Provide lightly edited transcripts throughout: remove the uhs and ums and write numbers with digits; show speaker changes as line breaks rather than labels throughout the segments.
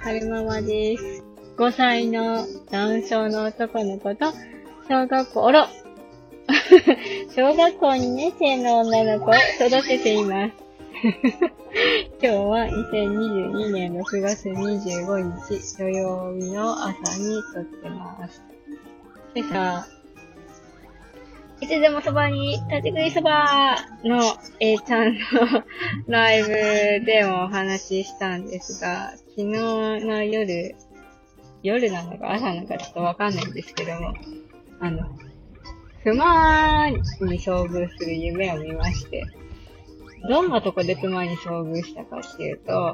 春ママです。5歳のダウン症の男の子と、小学校2年生の女の子を育てています。今日は2022年6月25日土曜日の朝に撮ってます。今朝、いつでもそばに立ち食いそばの A ちゃんのライブでもお話ししたんですが、昨日の夜なのか朝なのかちょっとわかんないんですけども、熊に遭遇する夢を見まして、どんなとこで熊に遭遇したかっていうと、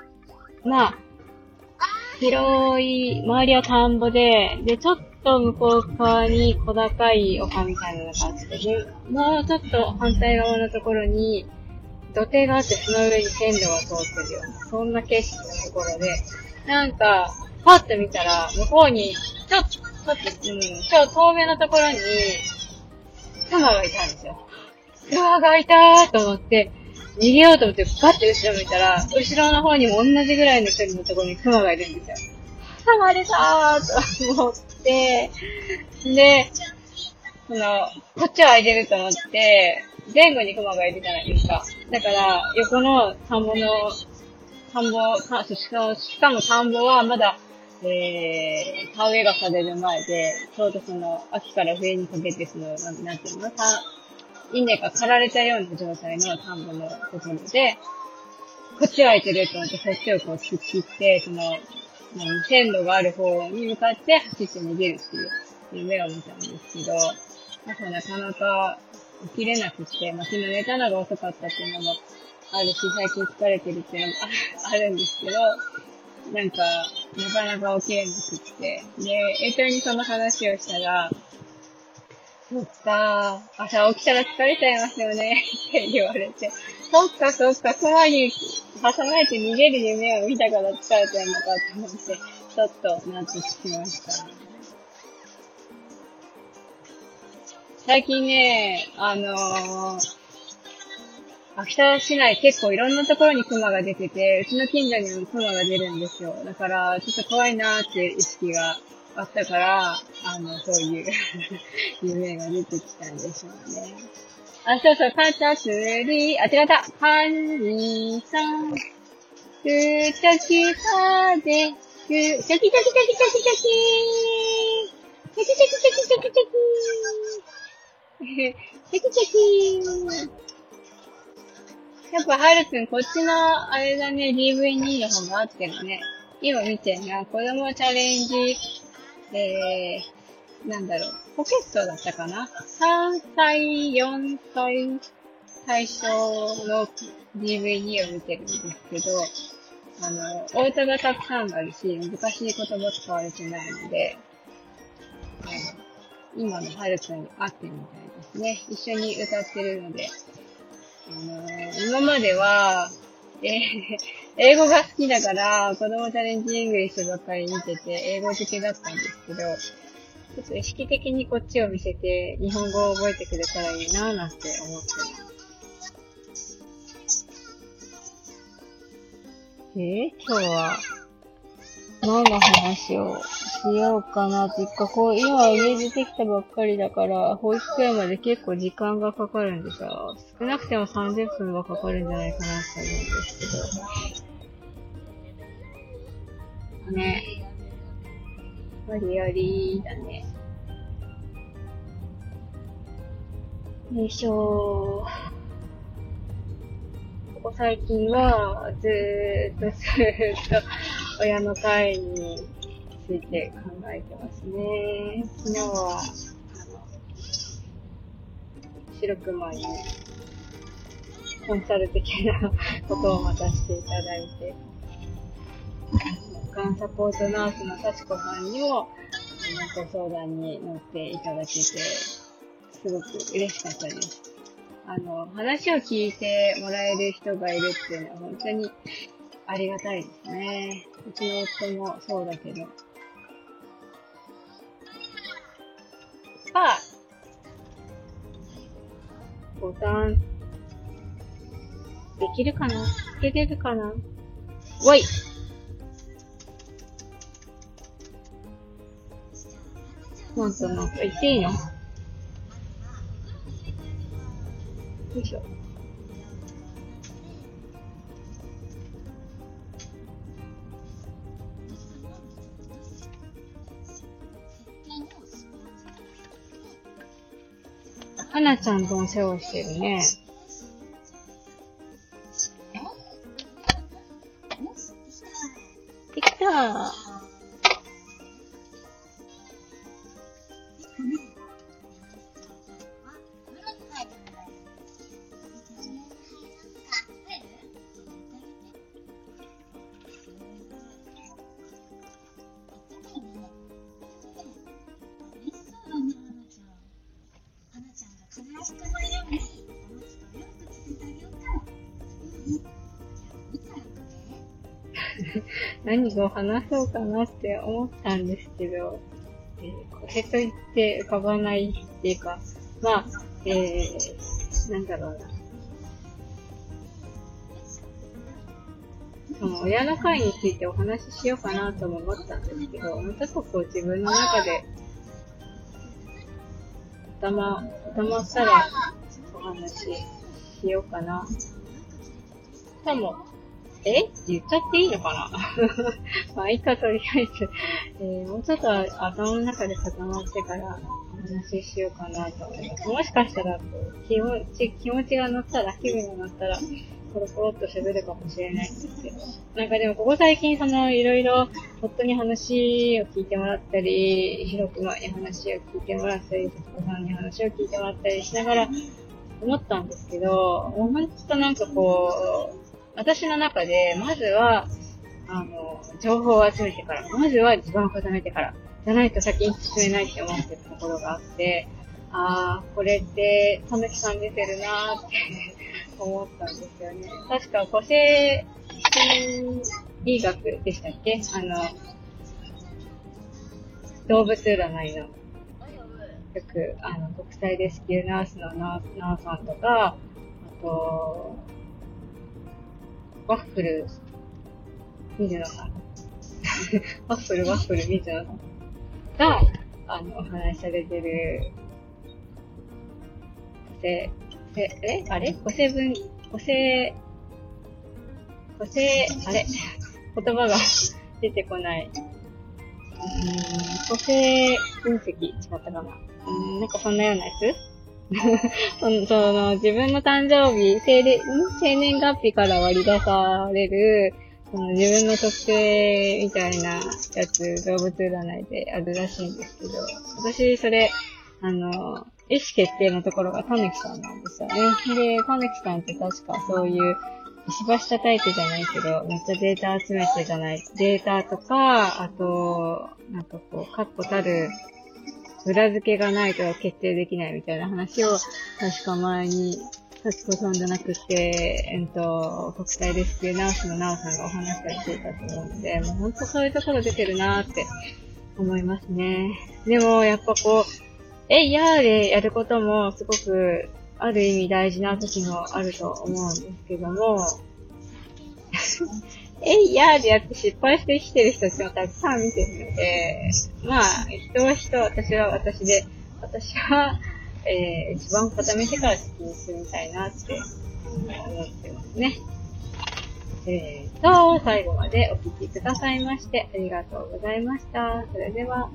広い、周りは田んぼで、ちょっと向こう側に小高い丘みたいなのがあって、もうちょっと反対側のところに土手があって、その上に線路が通ってるような、そんな景色のところで、パッと見たら、向こうに、ちょっと遠目のところに、熊がいたんですよ。熊がいたーと思って、逃げようと思って、バッて後ろ見たら、後ろの方にも同じぐらいの距離のところに熊がいるんですよ。挟まれたーと思って、で、こっちは空いてると思って、前後に熊がいるじゃないですか。だから、横のしかも田んぼはまだ、田植えがされる前で、ちょうど秋から冬にかけてなんていうの稲が刈られたような状態の田んぼのところで、こっちは空いてると思って、そっちをこう突っ切って、線路がある方に向かって走って逃げるっていう夢を見たんですけど、朝なかなか起きれなくて、昨日寝たのが遅かったっていうのもあるし、最近疲れてるっていうのもあるんですけど、なかなか起きれなくって、で、ちゃんにその話をしたら、そっか、朝起きたら疲れちゃいますよねって言われて、そっか、熊に挟まれて逃げる夢を見たから疲れちゃうのかと思って、ちょっと納得しました。最近ね、秋田市内結構いろんなところに熊が出てて、うちの近所にも熊が出るんですよ。だから、ちょっと怖いなーっていう意識があったから、そういう夢が出てきたんでしょうね。カタツリ、違った。カニさん、くちゃきさで、チョキチョキチョキチョキチョキチョキチョキチョキチョキチョキやっぱ、はるくん、こっちの、あれだね、DV2 の方が合ってるね。今見てんな、子供チャレンジ、ポケットだったかな ?3 歳、4歳対象の DV2 を見てるんですけど、お歌がたくさんあるし、難しい言葉使われてないので、今のはるくんに合ってるみたいですね。一緒に歌ってるので、今までは、英語が好きだから、子供チャレンジイングリッシュばっかり見てて、英語的だったんですけど、ちょっと意識的にこっちを見せて、日本語を覚えてくれたらいいなぁなんて思ってます。今日は、何の話をしようかなっていうか、今家出てきたばっかりだから、保育園まで結構時間がかかるんでさ、少なくても30分はかかるんじゃないかなって思うんですけど。ね。ありだね。よいしょー。ここ最近は、ずーっと親の会について考えてますね。昨日は、白熊にコンサル的なことをまたしていただいて、がんサポートナースの幸子さんにもご相談に乗っていただけて、すごく嬉しかったです。話を聞いてもらえる人がいるっていうのは本当にありがたいですね。うちの夫もそうだけど。ボタン、できるかな？つけれるかな？おい！ なんと言っていいの？よいしょ。はなちゃんとお世話してるね。できたー。何を話そうかなって思ったんですけど、これといって浮かばないっていうか、まあ、なんだろうな。その親の会についてお話ししようかなとも思ったんですけど、もうちょっとこう自分の中で固まったらお話ししようかな。でも、言っちゃっていいのかなまあいいか、とりあえず、もうちょっと頭の中で固まってからお話ししようかなと思います。もしかしたら気持ちが乗ったら、気分が乗ったら、コロコロっと喋るかもしれないんですけど。なんかでもここ最近いろいろ夫に話を聞いてもらったり、ひろくまに話を聞いてもらったり、徹子さんに話を聞いてもらったりしながら思ったんですけど、もうほんとなんかこう、私の中で、まずは、情報を集めてから、まずは地盤を固めてから、じゃないと先に進めないって思ってたところがあって、これって、たぬきさん出てるなーって思ったんですよね。確か、個性心理学でしたっけ？動物占いの、よく、国際レスキューナースのナーさんとか、あと、ワッフル、水野さん。ワッフル、水野さんが、お話しされてる、言葉が出てこない。個性分析、違ったかな。なんかそんなようなやつ自分の誕生日、生年月日から割り出される、自分の特性みたいなやつ、動物占いであるらしいんですけど、私、それ、意思決定のところがたぬきさんなんですよね。で、たぬきさんって確かそういう、石橋叩いてじゃないけど、めっちゃデータ集めてじゃない、データとか、あと、なんかこう、確固たる、裏付けがないと決定できないみたいな話を、確か前に、幸子さんじゃなくて、国際レスキューナースのナオさんがお話しされていたと思うので、もうほんとそういうところ出てるなーって思いますね。でも、やっぱこう、やーでやることもすごく、ある意味大事な時もあると思うんですけども、やーでやって失敗して生きてる人たちもたくさん見てるので、まあ、人は人、私は私で、私は、一番固めてから先に進みたいなって思ってますね。最後までお聞きくださいましてありがとうございました。それでは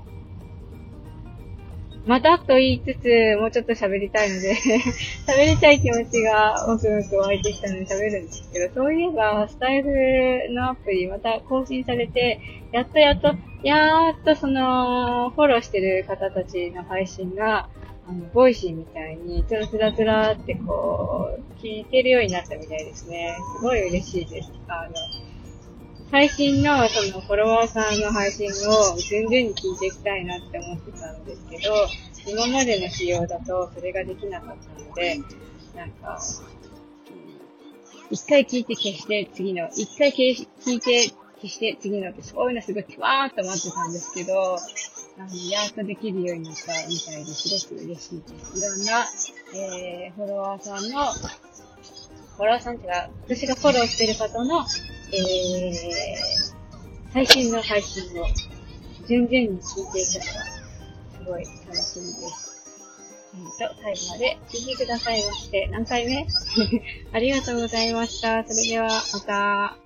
またと言いつつ、もうちょっと喋りたいので、喋りたい気持ちがもくもく湧いてきたので喋るんですけど、そういえば、スタイフのアプリまた更新されて、やっとその、フォローしてる方たちの配信が、ボイシーみたいに、つらってこう、聞いてるようになったみたいですね。すごい嬉しいです。配信のそのフォロワーさんの配信を順々に聞いていきたいなって思ってたんですけど、今までの仕様だとそれができなかったので、なんか、一回聞いて消して次の、一回聞いて消して次のって、そういうのすごいわーっと待ってたんですけど、やっとできるようになったみたいですごく嬉しいです。いろんな、フォロワーさんっていうか、私がフォローしてる方の、最新の配信を順々に聞いていくのがすすごい楽しみです。最後まで聞いてくださいまして、何回目ありがとうございました。それではまた。